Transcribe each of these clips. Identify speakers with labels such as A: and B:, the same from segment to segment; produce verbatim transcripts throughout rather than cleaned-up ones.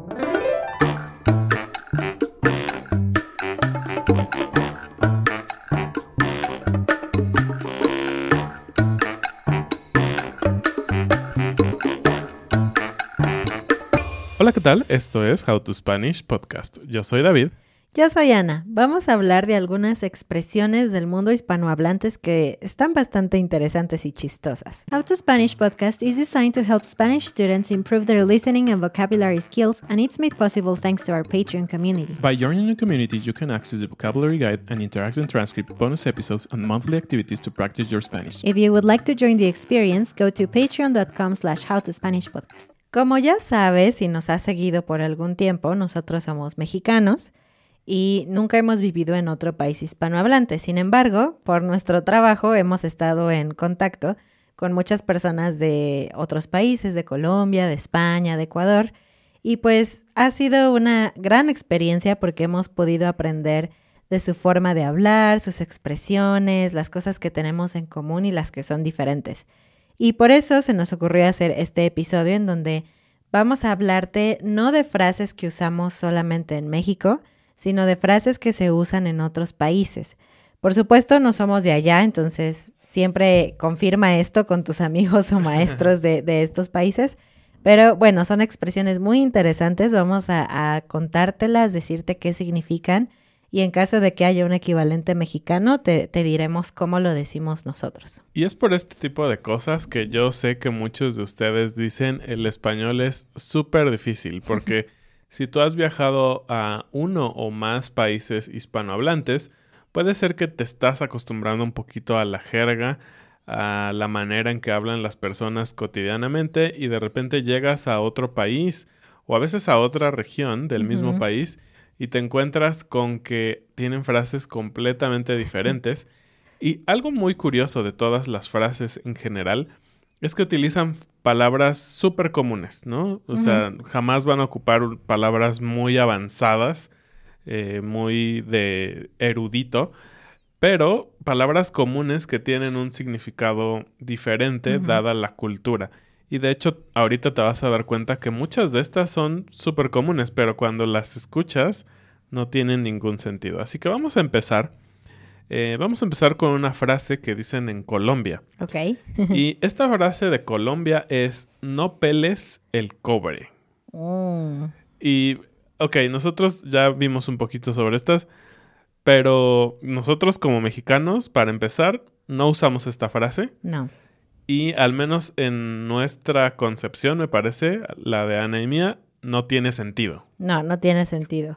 A: Hola, ¿qué tal? Esto es How to Spanish Podcast. Yo soy David.
B: Yo soy Ana. Vamos a hablar de algunas expresiones del mundo hispanohablantes que están bastante interesantes y chistosas.
C: How to Spanish Podcast is designed to help Spanish students improve their listening and vocabulary skills, and it's made possible thanks to our Patreon community.
A: By joining the community, you can access the vocabulary guide and interactive transcript, bonus episodes, and monthly activities to practice your Spanish.
C: If you would like to join the experience, go to patreon.com slash howtospanishpodcast.
B: Como ya sabes, si nos has seguido por algún tiempo, nosotros somos mexicanos y nunca hemos vivido en otro país hispanohablante. Sin embargo, por nuestro trabajo hemos estado en contacto con muchas personas de otros países, de Colombia, de España, de Ecuador. Y pues ha sido una gran experiencia porque hemos podido aprender de su forma de hablar, sus expresiones, las cosas que tenemos en común y las que son diferentes. Y por eso se nos ocurrió hacer este episodio en donde vamos a hablarte no de frases que usamos solamente en México, sino de frases que se usan en otros países. Por supuesto, no somos de allá, entonces siempre confirma esto con tus amigos o maestros de, de estos países. Pero bueno, son expresiones muy interesantes, vamos a, a contártelas, decirte qué significan. Y en caso de que haya un equivalente mexicano, te, te diremos cómo lo decimos nosotros.
A: Y es por este tipo de cosas que yo sé que muchos de ustedes dicen el español es súper difícil, porque si tú has viajado a uno o más países hispanohablantes, puede ser que te estás acostumbrando un poquito a la jerga, a la manera en que hablan las personas cotidianamente, y de repente llegas a otro país o a veces a otra región del uh-huh. mismo país y te encuentras con que tienen frases completamente diferentes. Y algo muy curioso de todas las frases en general es que utilizan palabras súper comunes, ¿no? O uh-huh. sea, jamás van a ocupar palabras muy avanzadas, eh, muy de erudito, pero palabras comunes que tienen un significado diferente uh-huh. dada la cultura. Y de hecho, ahorita te vas a dar cuenta que muchas de estas son súper comunes, pero cuando las escuchas no tienen ningún sentido. Así que vamos a empezar. Eh, vamos a empezar con una frase que dicen en Colombia.
B: Ok.
A: Y esta frase de Colombia es, no peles el cobre.
B: Mm.
A: Y, ok, nosotros ya vimos un poquito sobre estas, pero nosotros como mexicanos, para empezar, no usamos esta frase.
B: No.
A: Y al menos en nuestra concepción, me parece, la de Ana y mía, no tiene sentido.
B: No, no tiene sentido.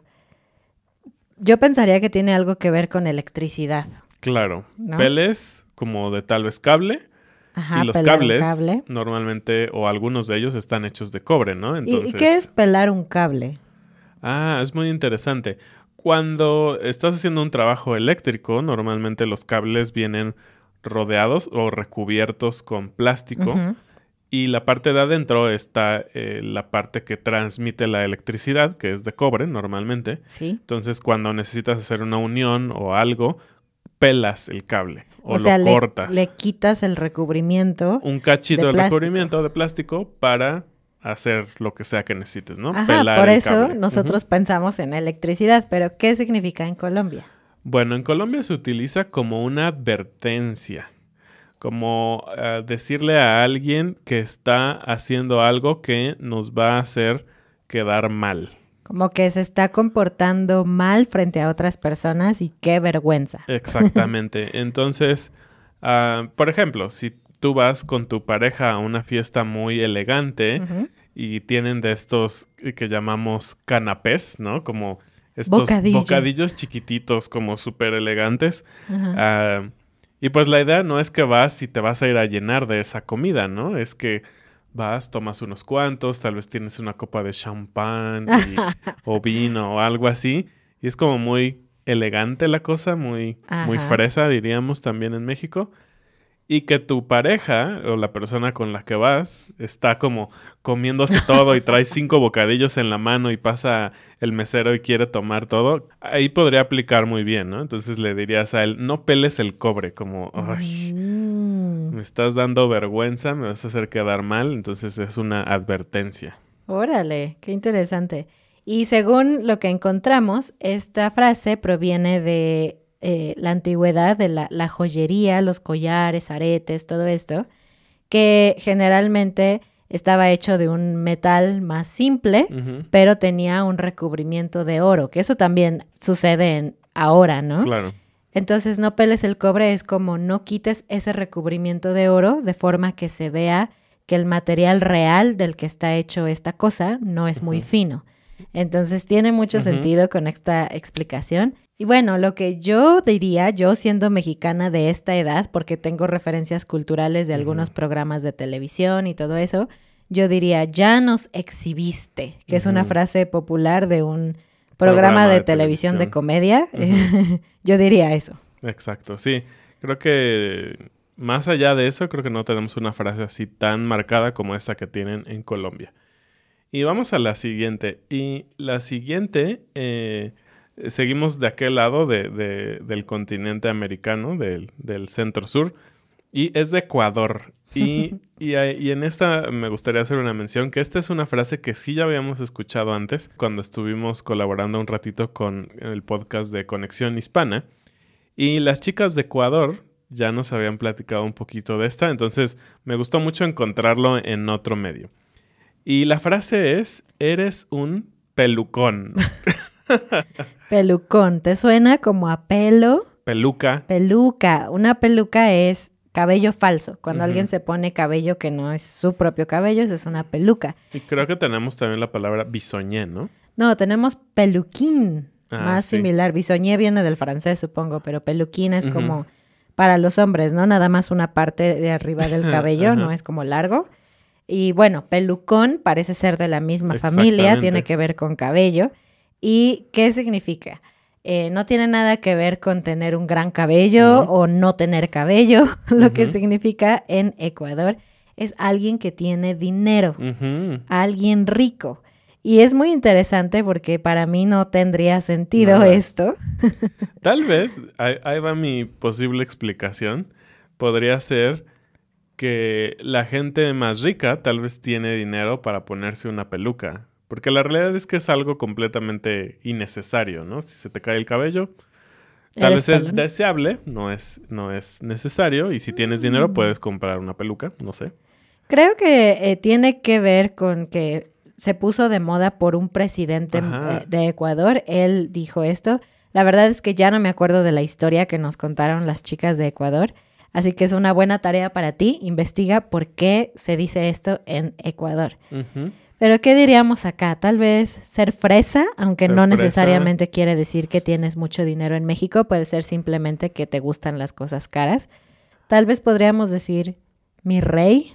B: Yo pensaría que tiene algo que ver con electricidad.
A: Claro.
B: ¿No?
A: Peles, como de tal vez cable.
B: Ajá,
A: y los
B: pelar
A: cables,
B: un cable.
A: normalmente, o algunos de ellos, están hechos de cobre, ¿no? Entonces,
B: ¿Y, ¿Y qué es pelar un cable?
A: Ah, es muy interesante. Cuando estás haciendo un trabajo eléctrico, normalmente los cables vienen rodeados o recubiertos con plástico uh-huh. y la parte de adentro está eh, la parte que transmite la electricidad, que es de cobre normalmente.
B: Sí.
A: Entonces, cuando necesitas hacer una unión o algo, pelas el cable o,
B: o sea,
A: lo
B: le,
A: cortas.
B: le quitas el recubrimiento.
A: Un cachito
B: de
A: del recubrimiento de plástico para hacer lo que sea que necesites, ¿no?
B: Ajá,
A: Pelar
B: por
A: el
B: eso
A: cable.
B: nosotros uh-huh. pensamos en electricidad, pero ¿qué significa en Colombia?
A: Bueno, en Colombia se utiliza como una advertencia, como uh, decirle a alguien que está haciendo algo que nos va a hacer quedar mal.
B: Como que se está comportando mal frente a otras personas y qué vergüenza.
A: Exactamente. Entonces, uh, por ejemplo, si tú vas con tu pareja a una fiesta muy elegante uh-huh. y tienen de estos que llamamos canapés, ¿no? Como estos
B: bocadillos,
A: bocadillos chiquititos como súper elegantes. Uh-huh. Uh, y pues la idea no es que vas y te vas a ir a llenar de esa comida, ¿no? Es que vas, tomas unos cuantos, tal vez tienes una copa de champán y, o vino o algo así. Y es como muy elegante la cosa, muy, muy fresa, diríamos también en México. Y que tu pareja o la persona con la que vas está como comiéndose todo y trae cinco bocadillos en la mano y pasa el mesero y quiere tomar todo, ahí podría aplicar muy bien, ¿no? Entonces le dirías a él, no peles el cobre, como, ay, mm. me estás dando vergüenza, me vas a hacer quedar mal, entonces es una advertencia.
B: Órale, qué interesante. Y según lo que encontramos, esta frase proviene de eh, la antigüedad, de la, la joyería, los collares, aretes, todo esto, que generalmente estaba hecho de un metal más simple,
A: Uh-huh.
B: pero tenía un recubrimiento de oro, que eso también sucede en, ahora, ¿no?
A: Claro.
B: Entonces, no peles el cobre es como no quites ese recubrimiento de oro de forma que se vea que el material real del que está hecho esta cosa no es muy
A: Ujú.
B: fino. Entonces, tiene mucho
A: Ujú.
B: sentido con esta explicación. Y bueno, lo que yo diría, yo siendo mexicana de esta edad, porque tengo referencias culturales de algunos
A: Ujú.
B: programas de televisión y todo eso, yo diría, ya nos exhibiste, que es una
A: Ujú.
B: frase popular de un programa,
A: Programa
B: de,
A: de
B: televisión, de
A: televisión.
B: comedia.
A: Ujú.
B: Yo diría eso.
A: Exacto, sí. Creo que más allá de eso, creo que no tenemos una frase así tan marcada como esta que tienen en Colombia. Y vamos a la siguiente. Y la siguiente, eh, seguimos de aquel lado de, de- del continente americano, del, del centro-sur, y es de Ecuador. Y, y, ahí- y en esta me gustaría hacer una mención, que esta es una frase que sí ya habíamos escuchado antes, cuando estuvimos colaborando un ratito con el podcast de Conexión Hispana. Y las chicas de Ecuador ya nos habían platicado un poquito de esta, entonces me gustó mucho encontrarlo en otro medio. Y la frase es, eres un pelucón.
B: Pelucón, ¿te suena como a pelo?
A: Peluca.
B: Peluca. Una peluca es cabello falso. Cuando
A: Ujú.
B: alguien se pone cabello que no es su propio cabello, esa es una peluca.
A: Y creo que tenemos también la palabra bisoñé, ¿no?
B: No, tenemos peluquín,
A: Ah,
B: más
A: sí.
B: similar. Bisoñé viene del francés, supongo, pero peluquín es
A: Ujú.
B: como para los hombres, ¿no? Nada más una parte de arriba del cabello,
A: Ajá.
B: no es como largo. Y bueno, pelucón parece ser de la misma familia,
A: Exactamente.
B: tiene que ver con cabello. ¿Y qué significa? Eh, no tiene nada que ver con tener un gran cabello
A: No.
B: o no tener cabello. Lo que
A: Ujú.
B: significa en Ecuador es alguien que tiene dinero,
A: Ujú.
B: alguien rico. Y es muy interesante porque para mí no tendría sentido
A: Nada.
B: esto.
A: Tal vez, ahí, ahí va mi posible explicación, podría ser que la gente más rica tal vez tiene dinero para ponerse una peluca. Porque la realidad es que es algo completamente innecesario, ¿no? Si se te cae el cabello, tal
B: Eres
A: vez es
B: pelón.
A: deseable, no es, no es necesario. Y si tienes dinero, puedes comprar una peluca, no sé.
B: Creo que eh, tiene que ver con que se puso de moda por un presidente
A: Ajá.
B: eh, de Ecuador. Él dijo esto. La verdad es que ya no me acuerdo de la historia que nos contaron las chicas de Ecuador. Así que es una buena tarea para ti. Investiga por qué se dice esto en Ecuador.
A: Ujú.
B: Pero ¿qué diríamos acá? Tal vez ser fresa, aunque
A: Ser
B: no
A: fresa.
B: necesariamente quiere decir que tienes mucho dinero en México. Puede ser simplemente que te gustan las cosas caras. Tal vez podríamos decir mi rey.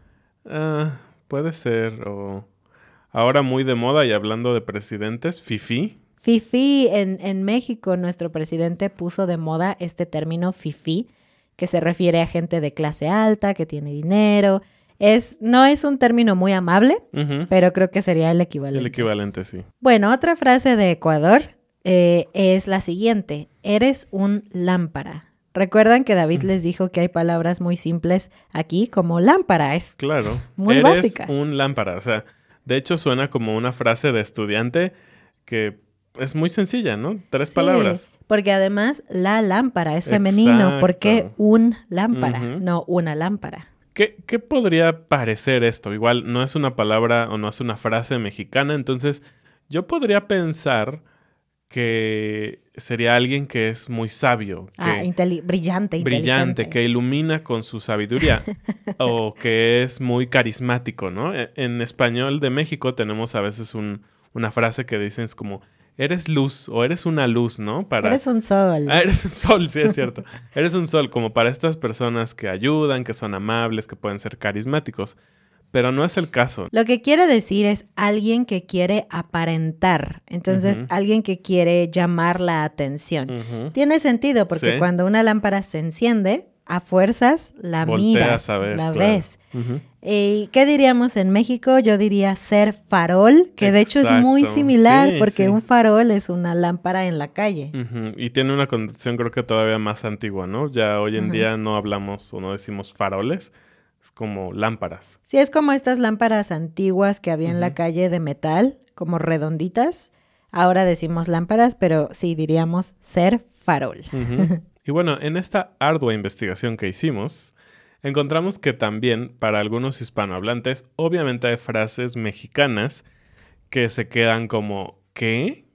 A: Ah, puede ser. O ahora muy de moda y hablando de presidentes, fifí.
B: Fifí, en, en México nuestro presidente puso de moda este término fifí, que se refiere a gente de clase alta, que tiene dinero. Es, no es un término muy amable,
A: Ujú.
B: pero creo que sería el equivalente.
A: El equivalente, sí.
B: Bueno, otra frase de Ecuador eh, es la siguiente. Eres un lámpara. ¿Recuerdan que David les dijo que hay palabras muy simples aquí como lámpara? Es
A: Claro.
B: muy
A: Eres
B: básica.
A: un lámpara. O sea, de hecho suena como una frase de estudiante que es muy sencilla, ¿no? Tres
B: Sí,
A: palabras.
B: porque además la lámpara es femenino. ¿Por qué
A: Exacto.
B: un lámpara?
A: Ujú.
B: No una lámpara.
A: ¿Qué, ¿Qué podría parecer esto? Igual no es una palabra o no es una frase mexicana, entonces yo podría pensar que sería alguien que es muy sabio, que
B: Ah, inteli- brillante,
A: brillante,
B: inteligente.
A: que ilumina con su sabiduría o que es muy carismático, ¿no? E- En español de México tenemos a veces un- una frase que dicen es como eres luz o eres una luz, ¿no? Para
B: Eres un sol.
A: Ah, eres un sol, sí, es cierto. Eres un sol, como para estas personas que ayudan, que son amables, que pueden ser carismáticos. Pero no es el caso.
B: Lo que quiere decir es alguien que quiere aparentar. Entonces,
A: Ujú.
B: alguien que quiere llamar la atención.
A: Ujú.
B: Tiene sentido porque
A: Sí.
B: cuando una lámpara se enciende, a fuerzas la
A: Volteas
B: miras,
A: a ver,
B: la
A: claro.
B: ves.
A: Ujú.
B: ¿Y qué diríamos en México? Yo diría ser farol, que de hecho es muy
A: Exacto.
B: similar
A: Sí,
B: porque
A: sí.
B: un farol es una lámpara en la calle.
A: Ujú. Y tiene una connotación creo que todavía más antigua, ¿no? Ya hoy en
B: Ajá.
A: día no hablamos o no decimos faroles, Es como lámparas.
B: Sí, es como estas lámparas antiguas que había en uh-huh. la calle de metal, como redonditas. Ahora decimos lámparas, pero sí diríamos ser farol.
A: Uh-huh. Y bueno, en esta ardua investigación que hicimos, encontramos que también para algunos hispanohablantes, obviamente hay frases mexicanas que se quedan como ¿qué?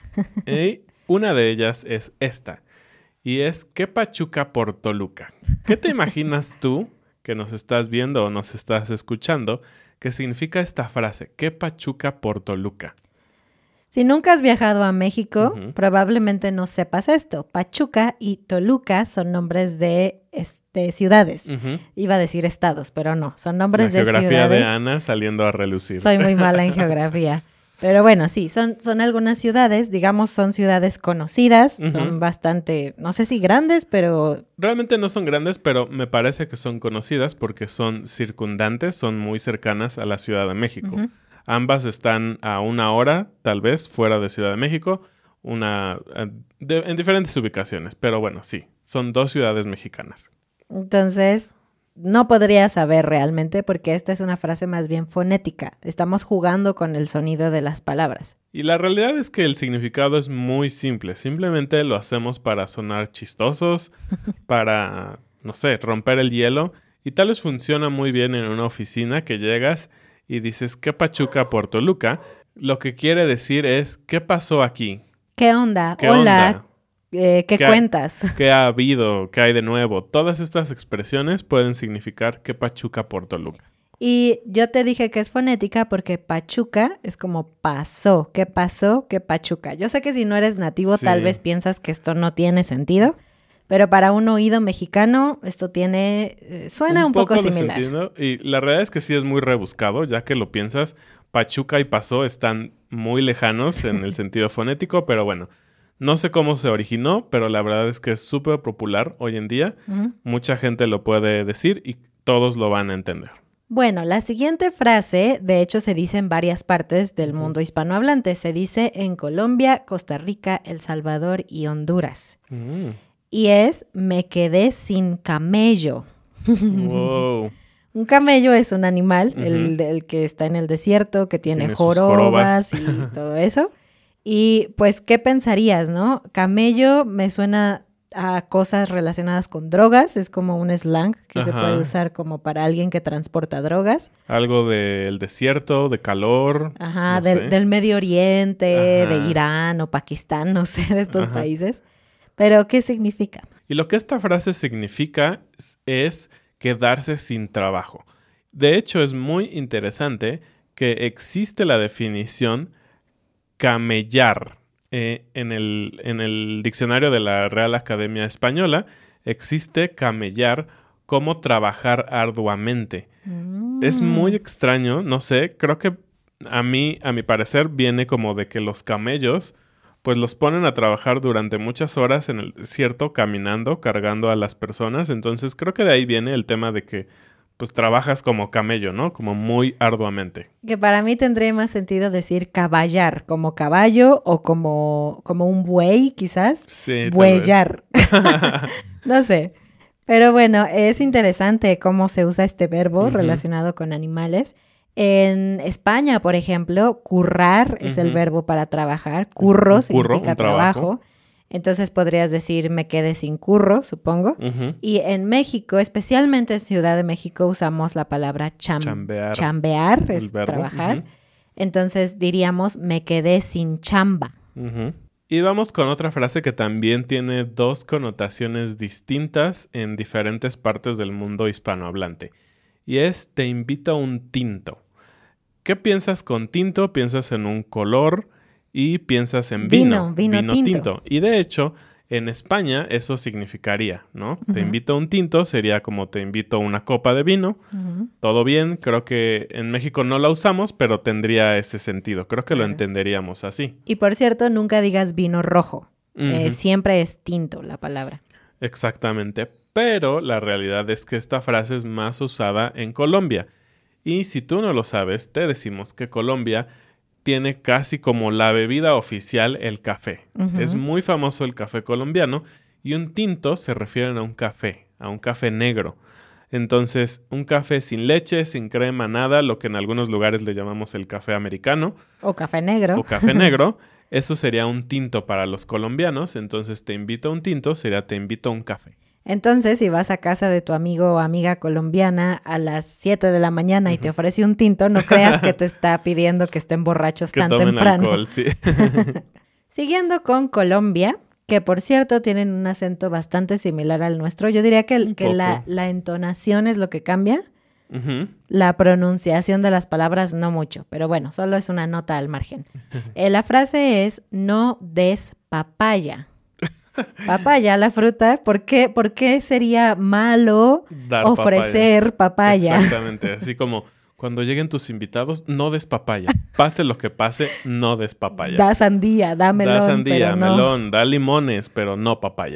A: Y una de ellas es esta, y es ¿qué pachuca por Toluca? ¿Qué te imaginas tú que nos estás viendo o nos estás escuchando que significa esta frase? ¿Qué pachuca por Toluca?
B: Si nunca has viajado a México, uh-huh. probablemente no sepas esto. Pachuca y Toluca son nombres de este, ciudades. Uh-huh. Iba a decir estados, pero no, son nombres de ciudades.
A: La geografía de Ana saliendo a relucir.
B: Soy muy mala en geografía. Pero bueno, sí, son, son algunas ciudades, digamos, son ciudades conocidas, uh-huh. son bastante, no sé si grandes, pero...
A: Realmente no son grandes, pero me parece que son conocidas porque son circundantes, son muy cercanas a la Ciudad de México. Uh-huh. Ambas están a una hora, tal vez, fuera de Ciudad de México, una, de, en diferentes ubicaciones. Pero bueno, sí, son dos ciudades mexicanas.
B: Entonces, no podría saber realmente porque esta es una frase más bien fonética. Estamos jugando con el sonido de las palabras.
A: Y la realidad es que el significado es muy simple. Simplemente lo hacemos para sonar chistosos, para, no sé, romper el hielo. Y tal vez funciona muy bien en una oficina que llegas y dices, ¿qué pachuca por Toluca? Lo que quiere decir es, ¿qué pasó aquí?
B: ¿Qué onda?
A: ¿Qué
B: Hola.
A: onda?
B: Eh, ¿Qué, ¿Qué cuentas?
A: Ha, ¿Qué ha habido? ¿Qué hay de nuevo? Todas estas expresiones pueden significar ¿qué pachuca por Toluca?
B: Y yo te dije que es fonética porque pachuca es como pasó. ¿Qué pasó? ¿Qué pachuca? Yo sé que si no eres nativo sí. tal vez piensas que esto no tiene sentido. Pero para un oído mexicano, esto tiene, eh, suena un, un poco, poco similar.
A: Sentido, y la realidad es que sí es muy rebuscado, ya que lo piensas, Pachuca y Pasó están muy lejanos en el sentido fonético, pero bueno, no sé cómo se originó, pero la verdad es que es súper popular hoy en día. Uh-huh. Mucha gente lo puede decir y todos lo van a entender.
B: Bueno, la siguiente frase, de hecho, se dice en varias partes del uh-huh. mundo hispanohablante. Se dice en Colombia, Costa Rica, El Salvador y Honduras. Uh-huh. Y es, me quedé sin camello.
A: Wow.
B: Un camello es un animal, uh-huh. el, el que está en el desierto, que tiene, tiene jorobas y todo eso. Y pues, ¿qué pensarías, no? Camello me suena a cosas relacionadas con drogas. Es como un slang que Ajá. se puede usar como para alguien que transporta drogas.
A: Algo del desierto, de calor.
B: Ajá,
A: no
B: del,
A: sé.
B: del Medio Oriente, Ajá. de Irán o Pakistán, no sé, de estos Ajá. países. Pero, ¿qué significa?
A: Y lo que esta frase significa es, es quedarse sin trabajo. De hecho, es muy interesante que existe la definición camellar. Eh, en, el, en el diccionario de la Real Academia Española existe camellar como trabajar arduamente. Mm. Es muy extraño, no sé, creo que a mí, a mi parecer, viene como de que los camellos pues los ponen a trabajar durante muchas horas en el desierto, caminando, cargando a las personas. Entonces creo que de ahí viene el tema de que pues trabajas como camello, ¿no? Como muy arduamente.
B: Que para mí tendría más sentido decir caballar, como caballo o como, como un buey, quizás.
A: Sí,
B: bueyar. No sé. Pero bueno, es interesante cómo se usa este verbo uh-huh. relacionado con animales. En España, por ejemplo, currar uh-huh. es el verbo para trabajar. Curro, curro significa trabajo. trabajo. Entonces podrías decir me quedé sin curro, supongo. Uh-huh. Y en México, especialmente en Ciudad de México, usamos la palabra cham- chambear. Chambear es trabajar. Uh-huh. Entonces diríamos me quedé sin chamba.
A: Uh-huh. Y vamos con otra frase que también tiene dos connotaciones distintas en diferentes partes del mundo hispanohablante. Y es te invito a un tinto. ¿Qué piensas con tinto? Piensas en un color y piensas en vino.
B: Vino, vino,
A: vino
B: tinto.
A: tinto. Y de hecho, en España eso significaría, ¿no? Uh-huh. Te invito a un tinto sería como te invito a una copa de vino. Uh-huh. Todo bien, creo que en México no la usamos, pero tendría ese sentido. Creo que uh-huh. lo entenderíamos así.
B: Y por cierto, nunca digas vino rojo. Uh-huh. Eh, siempre es tinto la palabra.
A: Exactamente. Pero la realidad es que esta frase es más usada en Colombia. Y si tú no lo sabes, te decimos que Colombia tiene casi como la bebida oficial el café. Uh-huh. Es muy famoso el café colombiano y un tinto se refiere a un café, a un café negro. Entonces, un café sin leche, sin crema, nada, lo que en algunos lugares le llamamos el café americano.
B: O café negro.
A: O café negro. Eso sería un tinto para los colombianos. Entonces, te invito a un tinto, sería te invito a un café.
B: Entonces, si vas a casa de tu amigo o amiga colombiana a las siete de la mañana y uh-huh. te ofrece un tinto, no creas que te está pidiendo que estén borrachos
A: que
B: tan
A: tomen
B: temprano.
A: Alcohol, sí.
B: Siguiendo con Colombia, que por cierto tienen un acento bastante similar al nuestro. Yo diría que, que la, la entonación es lo que cambia. Uh-huh. La pronunciación de las palabras no mucho, pero bueno, solo es una nota al margen. Eh, la frase es no des papaya. Papaya, la fruta, ¿por qué, por qué sería malo
A: dar
B: ofrecer papaya?
A: papaya? Exactamente, así como cuando lleguen tus invitados, no des papaya. Pase lo que pase, no des papaya.
B: Da sandía, da melón,
A: Da sandía,
B: pero no.
A: melón, da limones, pero no papaya.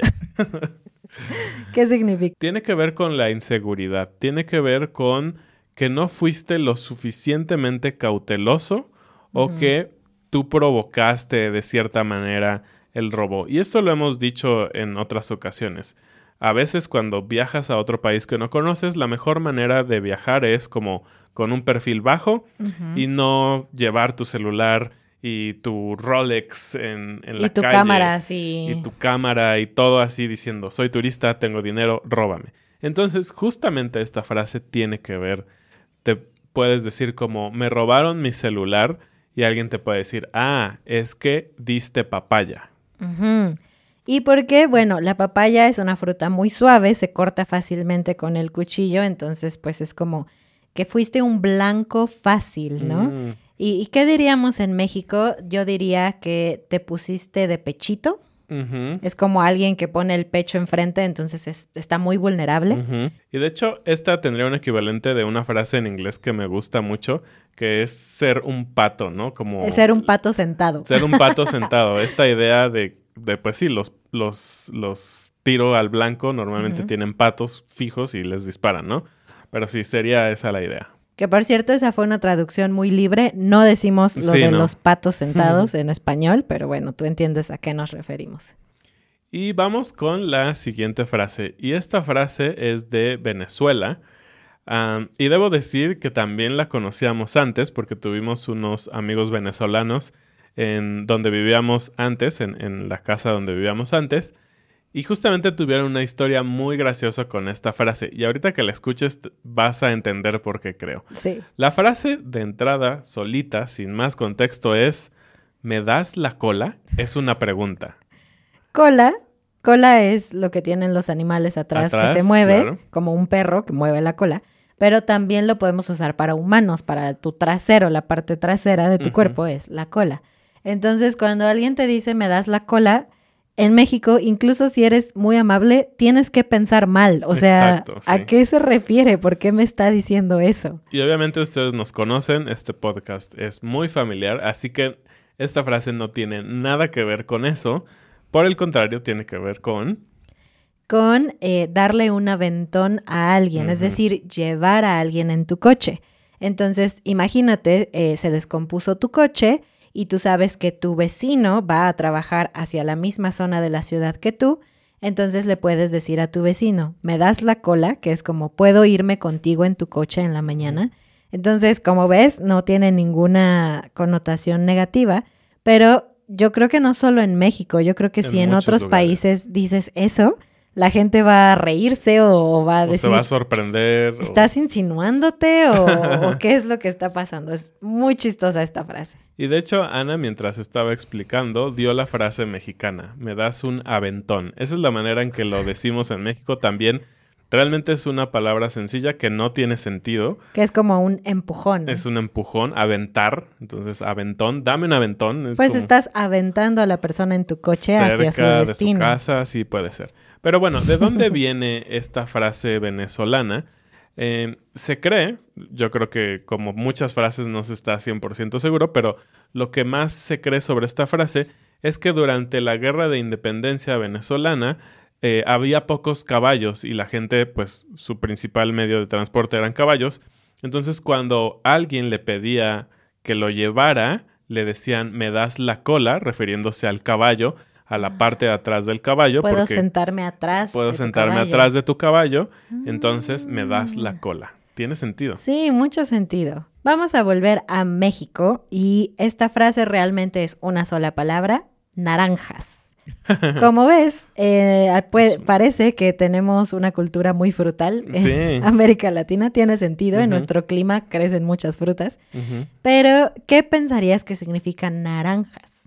B: ¿Qué significa?
A: Tiene que ver con la inseguridad, tiene que ver con que no fuiste lo suficientemente cauteloso o uh-huh. que tú provocaste de cierta manera el robo. Y esto lo hemos dicho en otras ocasiones. A veces cuando viajas a otro país que no conoces, la mejor manera de viajar es como con un perfil bajo uh-huh. y no llevar tu celular y tu Rolex en, en la
B: y tu
A: calle.
B: cámara, sí.
A: Y tu cámara y todo así diciendo, soy turista, tengo dinero, róbame. Entonces, justamente esta frase tiene que ver, te puedes decir como, me robaron mi celular y alguien te puede decir, ah, es que diste papaya.
B: Uh-huh. ¿Y por qué? Bueno, la papaya es una fruta muy suave, se corta fácilmente con el cuchillo, entonces pues es como que fuiste un blanco fácil, ¿no? Mm. ¿Y, ¿Y qué diríamos en México? Yo diría que te pusiste de pechito. Uh-huh. Es como alguien que pone el pecho enfrente, entonces es, está muy vulnerable.
A: Uh-huh. Y de hecho, esta tendría un equivalente de una frase en inglés que me gusta mucho, que es ser un pato, ¿no? Como
B: es ser un pato sentado.
A: Ser un pato sentado. Esta idea de, de pues sí, los, los, los tiro al blanco normalmente uh-huh. tienen patos fijos y les disparan, ¿no? Pero sí, sería esa la idea.
B: Que por cierto, esa fue una traducción muy libre. No decimos lo
A: sí,
B: de
A: no.
B: los patos sentados en español, pero bueno, tú entiendes a qué nos referimos.
A: Y vamos con la siguiente frase. Y esta frase es de Venezuela. Um, y debo decir que también la conocíamos antes porque tuvimos unos amigos venezolanos en donde vivíamos antes, en, en la casa donde vivíamos antes. Y justamente tuvieron una historia muy graciosa con esta frase. Y ahorita que la escuches vas a entender por qué creo.
B: Sí.
A: La frase de entrada, solita, sin más contexto, es ¿me das la cola? Es una pregunta.
B: Cola. Cola es lo que tienen los animales atrás, atrás que se mueve, claro. Como un perro que mueve la cola. Pero también lo podemos usar para humanos, para tu trasero, la parte trasera de tu uh-huh. cuerpo es la cola. Entonces, cuando alguien te dice ¿me das la cola? En México, incluso si eres muy amable, tienes que pensar mal. O sea,
A: Exacto, sí.
B: ¿a qué se refiere? ¿Por qué me está diciendo eso?
A: Y obviamente ustedes nos conocen, este podcast es muy familiar, así que esta frase no tiene nada que ver con eso. Por el contrario, tiene que ver con...
B: Con eh, darle un aventón a alguien, uh-huh. es decir, llevar a alguien en tu coche. Entonces, imagínate, eh, se descompuso tu coche... y tú sabes que tu vecino va a trabajar hacia la misma zona de la ciudad que tú, entonces le puedes decir a tu vecino, ¿me das la cola? Que es como, ¿puedo irme contigo en tu coche en la mañana? Entonces, como ves, no tiene ninguna connotación negativa, pero yo creo que no solo en México, yo creo que en si en otros lugares. países dices eso, la gente va a reírse o, o va a
A: o
B: decir...
A: se va a sorprender.
B: ¿Estás
A: o...
B: insinuándote o, o qué es lo que está pasando? Es muy chistosa esta frase.
A: Y de hecho, Ana, mientras estaba explicando, dio la frase mexicana. Me das un aventón. Esa es la manera en que lo decimos en México también. Realmente es una palabra sencilla que no tiene sentido.
B: Que es como un empujón.
A: Es un empujón, aventar. Entonces, aventón. Dame un aventón. Es
B: pues
A: como
B: estás aventando a la persona en tu coche hacia su destino.
A: Cerca de su casa, sí puede ser. Pero bueno, ¿de dónde viene esta frase venezolana? Eh, se cree, yo creo que como muchas frases no se está cien por ciento seguro, pero lo que más se cree sobre esta frase es que durante la Guerra de Independencia venezolana eh, había pocos caballos y la gente, pues su principal medio de transporte eran caballos. Entonces cuando alguien le pedía que lo llevara, le decían, ¿me das la cola?, refiriéndose al caballo, a la parte de atrás del caballo.
B: Puedo
A: porque
B: sentarme atrás.
A: Puedo
B: de tu
A: sentarme
B: caballo.
A: atrás de tu caballo, entonces me das la cola. ¿Tiene sentido?
B: Sí, mucho sentido. Vamos a volver a México y esta frase realmente es una sola palabra, naranjas. Como ves, eh, pues, parece que tenemos una cultura muy frutal.
A: Sí.
B: En América Latina tiene sentido,
A: Uh-huh.
B: en nuestro clima crecen muchas frutas.
A: Uh-huh.
B: Pero, ¿qué pensarías que significan naranjas?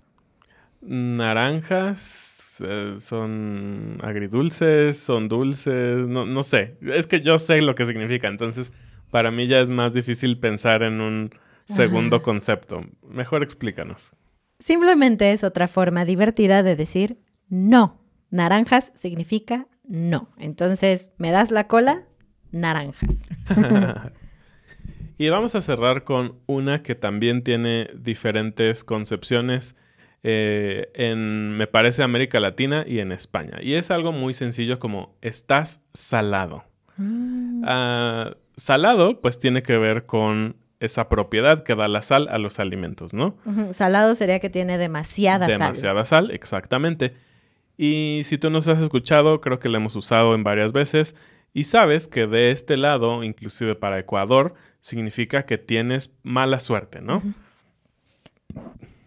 A: Naranjas eh, son agridulces, son dulces, no, no sé. Es que yo sé lo que significa, entonces para mí ya es más difícil pensar en un segundo
B: Ajá.
A: concepto. Mejor explícanos.
B: Simplemente es otra forma divertida de decir no. Naranjas significa no. Entonces, ¿me das la cola? Naranjas.
A: Y vamos a cerrar con una que también tiene diferentes concepciones eh, en, me parece, América Latina y en España. Y es algo muy sencillo como estás salado.
B: Mm.
A: Uh, salado, pues tiene que ver con esa propiedad que da la sal a los alimentos, ¿no?
B: Ujú. Salado sería que tiene demasiada,
A: Demasiada sal. sal, exactamente. Y si tú nos has escuchado, creo que la hemos usado en varias veces. Y sabes que de este lado, inclusive para Ecuador, significa que tienes mala suerte, ¿no? Uh-huh.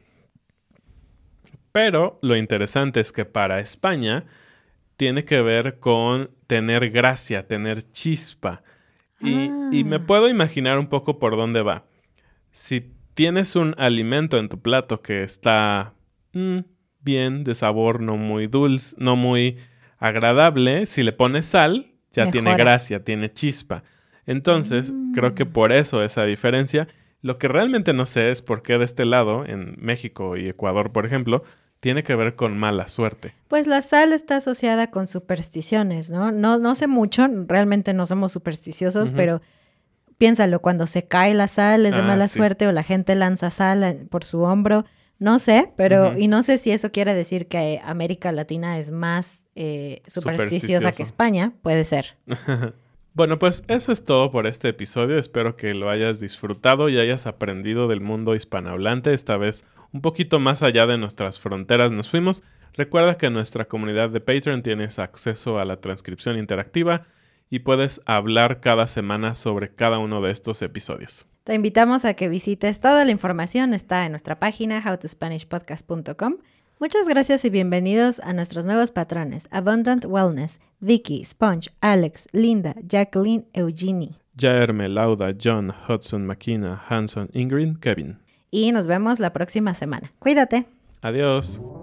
A: Pero lo interesante es que para España tiene que ver con tener gracia, tener chispa. Y,
B: ah.
A: y me puedo imaginar un poco por dónde va. Si tienes un alimento en tu plato que está mm, bien, de sabor no muy dulce, no muy agradable, si le pones sal, ya
B: Mejora.
A: tiene gracia, tiene chispa. Entonces, mm. creo que por eso esa diferencia. Lo que realmente no sé es por qué de este lado, en México y Ecuador, por ejemplo, tiene que ver con mala suerte.
B: Pues la sal está asociada con supersticiones, ¿no? No, no sé mucho, realmente no somos supersticiosos, uh-huh. pero piénsalo, cuando se cae la sal es de ah, mala sí. suerte o la gente lanza sal por su hombro. No sé, pero uh-huh. y no sé si eso quiere decir que América Latina es más eh, supersticiosa que España. Puede ser.
A: Bueno, pues eso es todo por este episodio. Espero que lo hayas disfrutado y hayas aprendido del mundo hispanohablante. Esta vez un poquito más allá de nuestras fronteras nos fuimos. Recuerda que en nuestra comunidad de Patreon tienes acceso a la transcripción interactiva y puedes hablar cada semana sobre cada uno de estos episodios.
B: Te invitamos a que visites toda la información. Está en nuestra página how to spanish podcast punto com. Muchas gracias y bienvenidos a nuestros nuevos patrones: Abundant Wellness, Vicky, Sponge, Alex, Linda, Jacqueline, Eugenie,
A: Jaerme, Lauda, John, Hudson, Makina, Hanson, Ingrid, Kevin.
B: Y nos vemos la próxima semana. Cuídate.
A: Adiós.